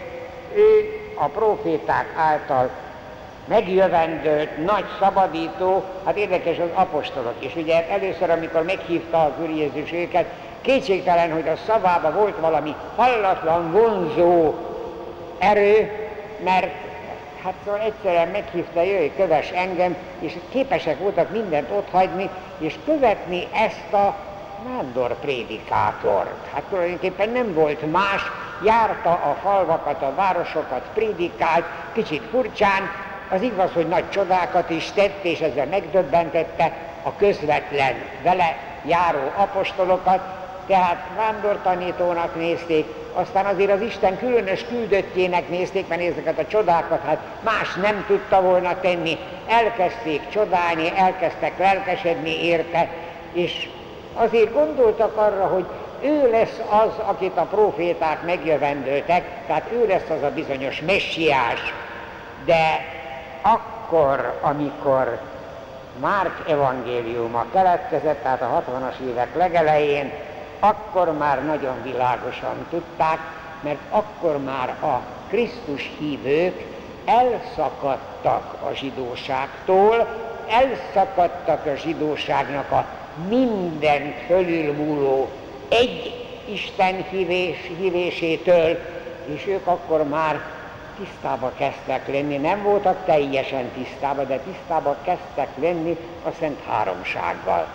ő a próféták által megjövendőlt nagy szabadító, hát érdekes az apostolok is. Ugye először, amikor meghívta az Úr Jézus őket, kétségtelen, hogy a szavában volt valami hallatlan, vonzó erő, mert hát szóval egyszerűen meghívta, jöjj, kövess engem, és képesek voltak mindent otthagyni, és követni ezt a vándorprédikátort. Hát tulajdonképpen nem volt más, járta a falvakat, a városokat, prédikált, kicsit furcsán, az igaz, hogy nagy csodákat is tett, és ezzel megdöbbentette a közvetlen vele járó apostolokat, tehát vándortanítónak nézték, aztán azért az Isten különös küldöttjének nézték, mert ezeket a csodákat hát más nem tudta volna tenni. Elkezdték csodálni, elkezdtek lelkesedni érte, és azért gondoltak arra, hogy ő lesz az, akit a próféták megjövendöltek, tehát ő lesz az a bizonyos messiás. De akkor, amikor Márk evangéliuma keletkezett, tehát a 60-as évek legelején, akkor már nagyon világosan tudták, mert akkor már a Krisztus hívők elszakadtak a zsidóságtól, elszakadtak a zsidóságnak a minden fölülmúló egy Isten hívésétől, és ők akkor már tisztába kezdtek lenni, nem voltak teljesen tisztába, de tisztába kezdtek lenni a Szent Háromsággal.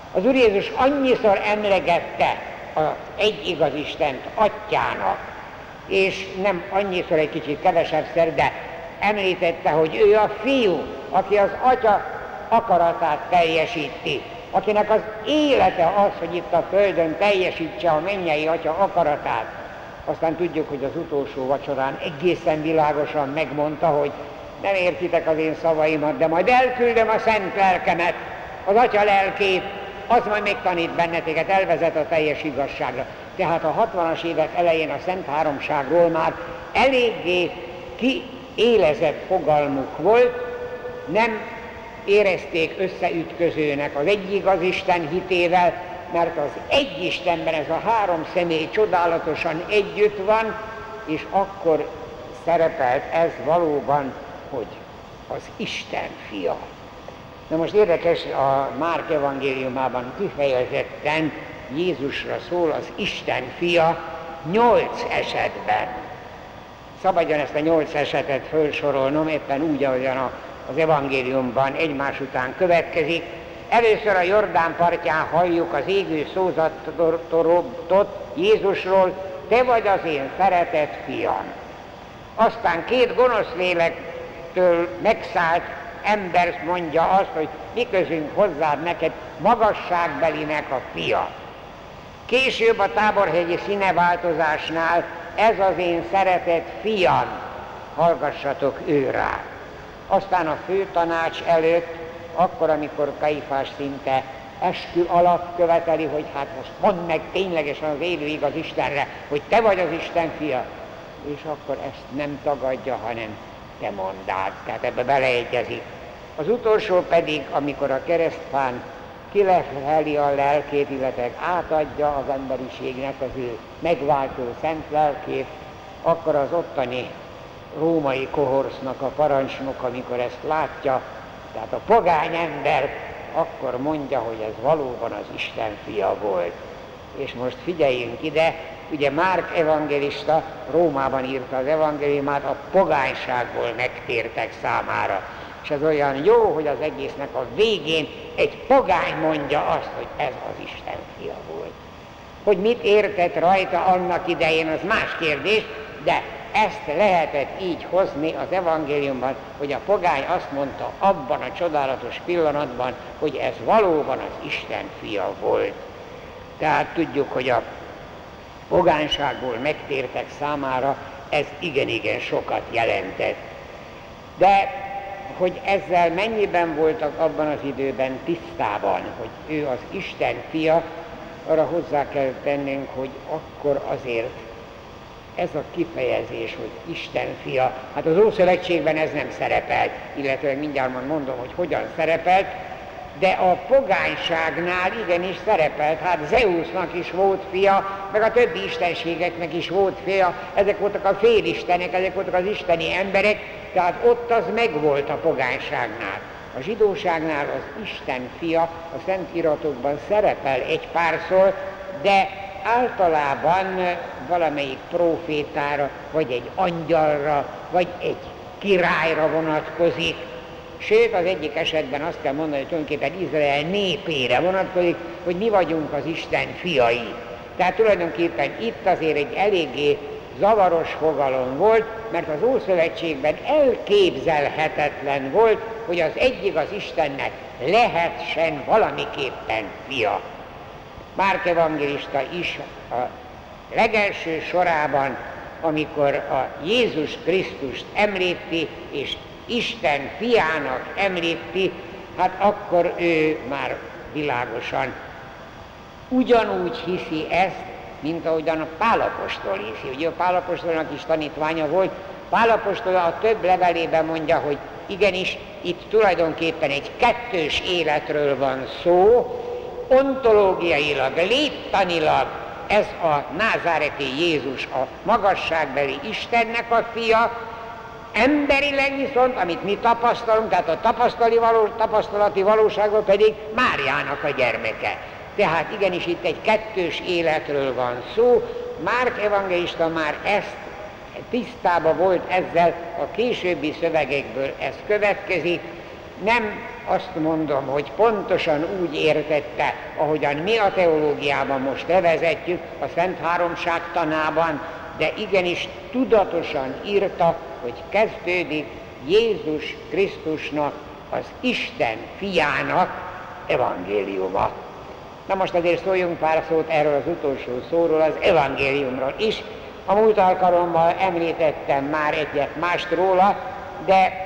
Az Úr Jézus annyiszor emlegette az egy igaz Istent atyának, és nem annyiszor, egy kicsit kevesebbszer, de említette, hogy ő a fiú, aki az atya akaratát teljesíti, akinek az élete az, hogy itt a földön teljesítse a mennyei atya akaratát. Aztán tudjuk, hogy az utolsó vacsorán egészen világosan megmondta, hogy nem értitek az én szavaimat, de majd elküldöm a szent lelkemet, az atya lelkét, az majd megtanít benneteket, elvezet a teljes igazságra. Tehát a 60-as évek elején a Szent Háromságról már eléggé kiélezett fogalmuk volt, nem érezték összeütközőnek az egy igaz Isten hitével, mert az egy Istenben ez a három személy csodálatosan együtt van, és akkor szerepelt ez valóban, hogy az Isten fia. Na most érdekes, a Márk evangéliumában kifejezetten Jézusra szól az Isten fia 8 esetben. Szabadjon ezt a 8 esetet felsorolnom, éppen úgy, ahogyan az evangéliumban egymás után következik. Először a Jordán partján halljuk az égő szózatot Jézusról, te vagy az én szeretett fiam. Aztán 2 gonosz lélektől megszállt ember mondja azt, hogy mi közünk hozzád, neked magasságbelinek a fia. Később a Táborhegyi színeváltozásnál ez az én szeretett fiam, hallgassatok ő rá. Aztán a főtanács előtt, akkor, amikor Kaiphás szinte eskü alatt követeli, hogy hát most mondd meg ténylegesen az élő igaz Istenre, hogy te vagy az Isten fia. És akkor ezt nem tagadja, hanem te mondád, tehát ebbe beleegyezik. Az utolsó pedig, amikor a keresztfán kileheli a lelkét, illetve átadja az emberiségnek az ő megváltó szent lelkét, akkor az ottani római kohorsznak a parancsnok, amikor ezt látja, tehát a pogány ember, akkor mondja, hogy ez valóban az Isten fia volt. És most figyeljünk ide, ugye Márk evangélista Rómában írta az evangéliumát, a pogányságból megtértek számára. És ez olyan jó, hogy az egésznek a végén egy pogány mondja azt, hogy ez az Isten fia volt. Hogy mit értett rajta annak idején, az más kérdés, de ezt lehetett így hozni az evangéliumban, hogy a pogány azt mondta abban a csodálatos pillanatban, hogy ez valóban az Isten fia volt. Tehát tudjuk, hogy a pogányságból megtértek számára ez igen-igen sokat jelentett. De hogy ezzel mennyiben voltak abban az időben tisztában, hogy ő az Isten fia, arra hozzá kell tennünk, hogy akkor azért ez a kifejezés, hogy Isten fia, hát az Ószövetségben ez nem szerepelt, illetve mindjárt mondom, hogy hogyan szerepelt, de a pogányságnál igenis szerepelt, hát Zeusnak is volt fia, meg a többi istenségeknek is volt fia, ezek voltak a félistenek, ezek voltak az isteni emberek, tehát ott az megvolt a pogányságnál. A zsidóságnál az Isten fia a Szentíratokban szerepel egy párszor, de általában valamelyik prófétára, vagy egy angyalra, vagy egy királyra vonatkozik. Sőt, az egyik esetben azt kell mondani, hogy tulajdonképpen Izrael népére vonatkozik, hogy mi vagyunk az Isten fiai. Tehát tulajdonképpen itt azért egy eléggé zavaros fogalom volt, mert az Ószövetségben elképzelhetetlen volt, hogy az egyigaz Istennek lehessen valamiképpen fia. Márk evangélista is a legelső sorában, amikor a Jézus Krisztust említi, és Isten fiának említi, hát akkor ő már világosan ugyanúgy hiszi ezt, mint ahogyan a Pál apostol hiszi. Ugye a Pál apostolnak is tanítványa volt. Pál apostol a több levelében mondja, hogy igenis, itt tulajdonképpen egy kettős életről van szó, ontológiailag, léttanilag ez a názáreti Jézus a magasságbeli Istennek a fia, emberileg viszont, amit mi tapasztalunk, tehát a tapasztalati valóságban pedig Máriának a gyermeke. Tehát igenis itt egy kettős életről van szó. Márk evangélista már ezt tisztában volt ezzel, a későbbi szövegekből ez következik, nem azt mondom, hogy pontosan úgy értette, ahogyan mi a teológiában most levezetjük, a Szent Háromság tanában, de igenis tudatosan írta, hogy kezdődik Jézus Krisztusnak, az Isten fiának evangéliuma. Na most azért szóljunk pár szót erről az utolsó szóról, az evangéliumról is. A múlt alkalommal említettem már egyet mást róla, de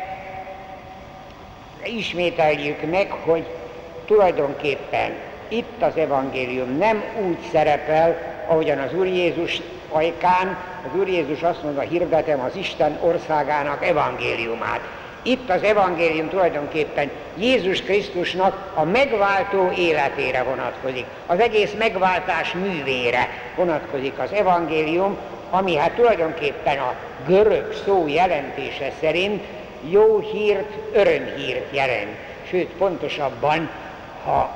ismételjük meg, hogy tulajdonképpen itt az evangélium nem úgy szerepel, ahogyan az Úr Jézus ajkán, az Úr Jézus azt mondja, hirdetem az Isten országának evangéliumát. Itt az evangélium tulajdonképpen Jézus Krisztusnak a megváltó életére vonatkozik. Az egész megváltás művére vonatkozik az evangélium, ami hát tulajdonképpen a görög szó jelentése szerint jó hírt, örömhírt jelent. Sőt, pontosabban, ha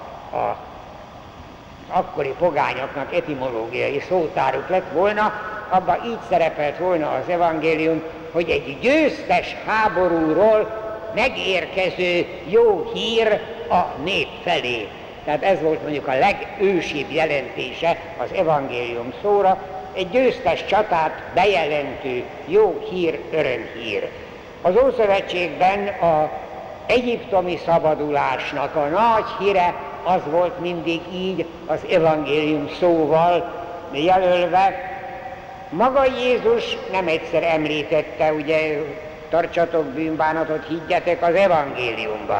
akkori pogányoknak etimológiai szótáruk lett volna, abban így szerepelt volna az evangélium, hogy egy győztes háborúról megérkező jó hír a nép felé. Tehát ez volt mondjuk a legősibb jelentése az evangélium szóra, egy győztes csatát bejelentő jó hír, örömhír. Az Ószövetségben az egyiptomi szabadulásnak a nagy híre az volt mindig így az evangélium szóval jelölve. Maga Jézus nem egyszer említette, ugye, tartsatok bűnbánatot, higgyetek az evangéliumban.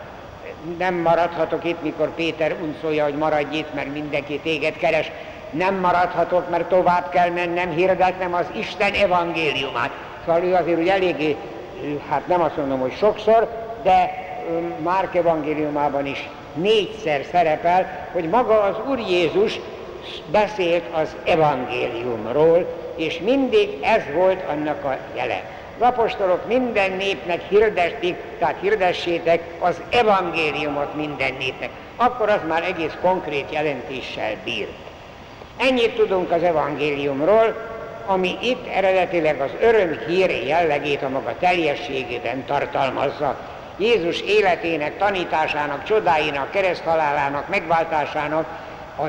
Nem maradhatok itt, mikor Péter unszolja, hogy maradj itt, mert mindenki téged keres. Nem maradhatok, mert tovább kell mennem, hirdetnem az Isten evangéliumát. Szóval ő azért ugye eléggé, hát nem azt mondom, hogy sokszor, de Márk evangéliumában is 4-szer szerepel, hogy maga az Úr Jézus beszélt az evangéliumról, és mindig ez volt annak a jele. Az apostolok minden népnek hirdették, tehát hirdessétek az evangéliumot minden népnek. Akkor az már egész konkrét jelentéssel bírt. Ennyit tudunk az evangéliumról, ami itt eredetileg az örömhír jellegét a maga teljességében tartalmazza. Jézus életének, tanításának, csodáinak, kereszthalálának, megváltásának az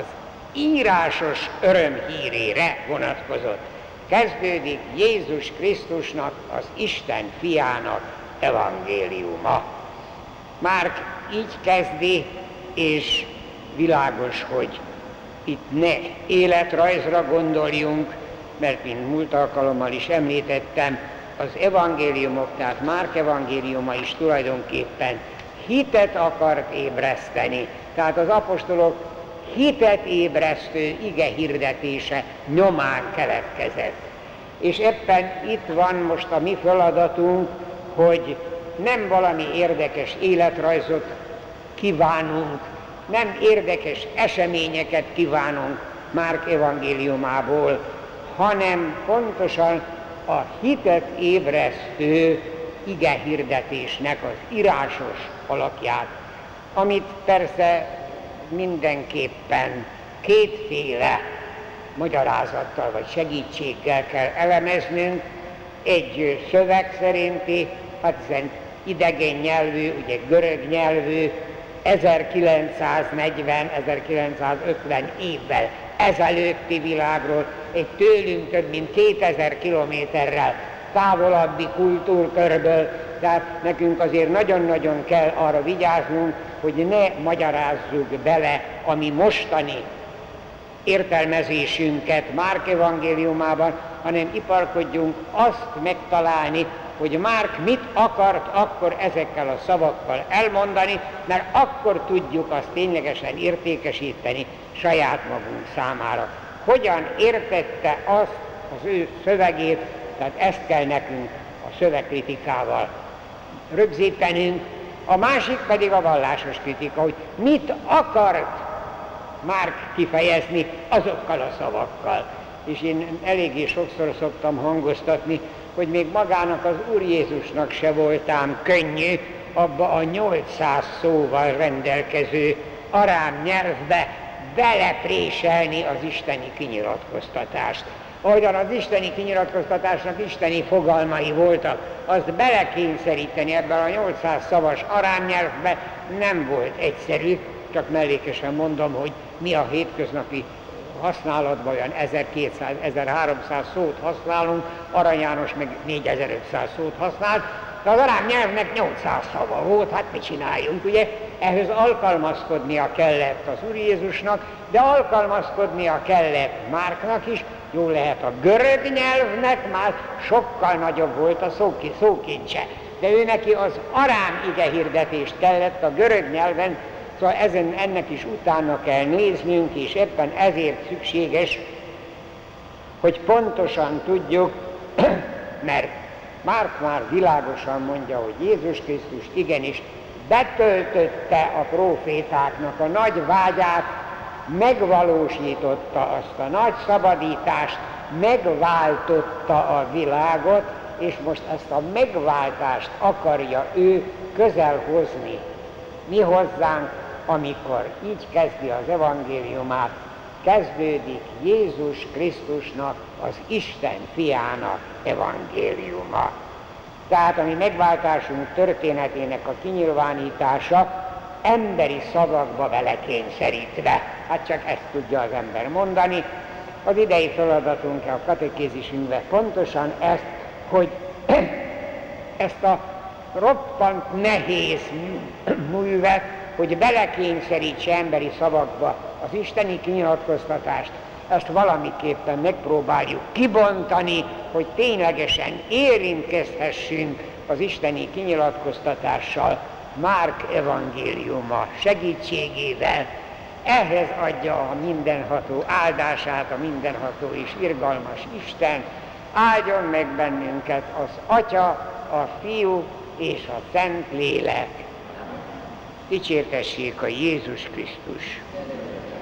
írásos örömhírére vonatkozott. Kezdődik Jézus Krisztusnak, az Isten fiának evangéliuma. Márk így kezdi, és világos, hogy itt ne életrajzra gondoljunk, mert mint múlt alkalommal is említettem, az evangéliumok, tehát Márk evangéliuma is tulajdonképpen hitet akart ébreszteni. Tehát az apostolok hitet ébresztő ige hirdetése nyomán keletkezett. És éppen itt van most a mi feladatunk, hogy nem valami érdekes életrajzot kívánunk, nem érdekes eseményeket kívánunk Márk evangéliumából, hanem pontosan a hitet ébresztő igehirdetésnek az írásos alakját, amit persze mindenképpen kétféle magyarázattal vagy segítséggel kell elemeznünk. Egy szöveg szerinti, hát hiszen idegen nyelvű, ugye görög nyelvű, 1940-1950 évvel ezelőtti világról, egy tőlünk több mint 2000 kilométerrel távolabbi kultúrkörből, tehát nekünk azért nagyon-nagyon kell arra vigyáznunk, hogy ne magyarázzuk bele a mi mostani értelmezésünket Márk evangéliumában, hanem iparkodjunk azt megtalálni, hogy Márk mit akart akkor ezekkel a szavakkal elmondani, mert akkor tudjuk azt ténylegesen értékesíteni saját magunk számára. Hogyan értette azt az ő szövegét, tehát ezt kell nekünk a szövegkritikával rögzítenünk, a másik pedig a vallásos kritika, hogy mit akart Márk kifejezni azokkal a szavakkal. És én eléggé sokszor szoktam hangoztatni, hogy még magának az Úr Jézusnak se voltám könnyű abba a 800 szóval rendelkező arám nyelvbe belepréselni az isteni kinyilatkoztatást. ahogyan az isteni kinyilatkoztatásnak isteni fogalmai voltak, azt belekényszeríteni ebben a 800 szavas aránynyelvbe nem volt egyszerű, csak mellékesen mondom, hogy mi a hétköznapi használatban olyan 1200-1300 szót használunk, Arany János meg 4500 szót használt, de az arám nyelvnek 800 szava volt, hát mit csináljunk, ugye? Ehhez alkalmazkodnia kellett az Úr Jézusnak, de alkalmazkodnia kellett Márknak is, jól lehet a görög nyelvnek már sokkal nagyobb volt a szókincse, de ő neki az arám igehirdetést kellett a görög nyelven, szóval ennek is utána kell néznünk, és éppen ezért szükséges, hogy pontosan tudjuk, mert Márk már világosan mondja, hogy Jézus Krisztus igenis betöltötte a prófétáknak a nagy vágyát, megvalósította azt a nagy szabadítást, megváltotta a világot, és most ezt a megváltást akarja ő közel hozni mi hozzánk, amikor így kezdi az evangéliumát, kezdődik Jézus Krisztusnak, az Isten fiának evangéliuma. Tehát a mi megváltásunk történetének a kinyilvánítása emberi szavakba belekényszerítve. Hát csak ezt tudja az ember mondani. Az idei feladatunk a katekézisünkben pontosan ezt, hogy ezt a roppant nehéz művet, hogy belekényszerítse emberi szavakba az isteni kinyilatkoztatást, ezt valamiképpen megpróbáljuk kibontani, hogy ténylegesen érintkezhessünk az isteni kinyilatkoztatással, Márk evangéliuma segítségével. Ehhez adja a mindenható áldását, a mindenható és irgalmas Isten. Áldjon meg bennünket az Atya, a Fiú és a Szent Lélek. Dicsértessék a Jézus Krisztus!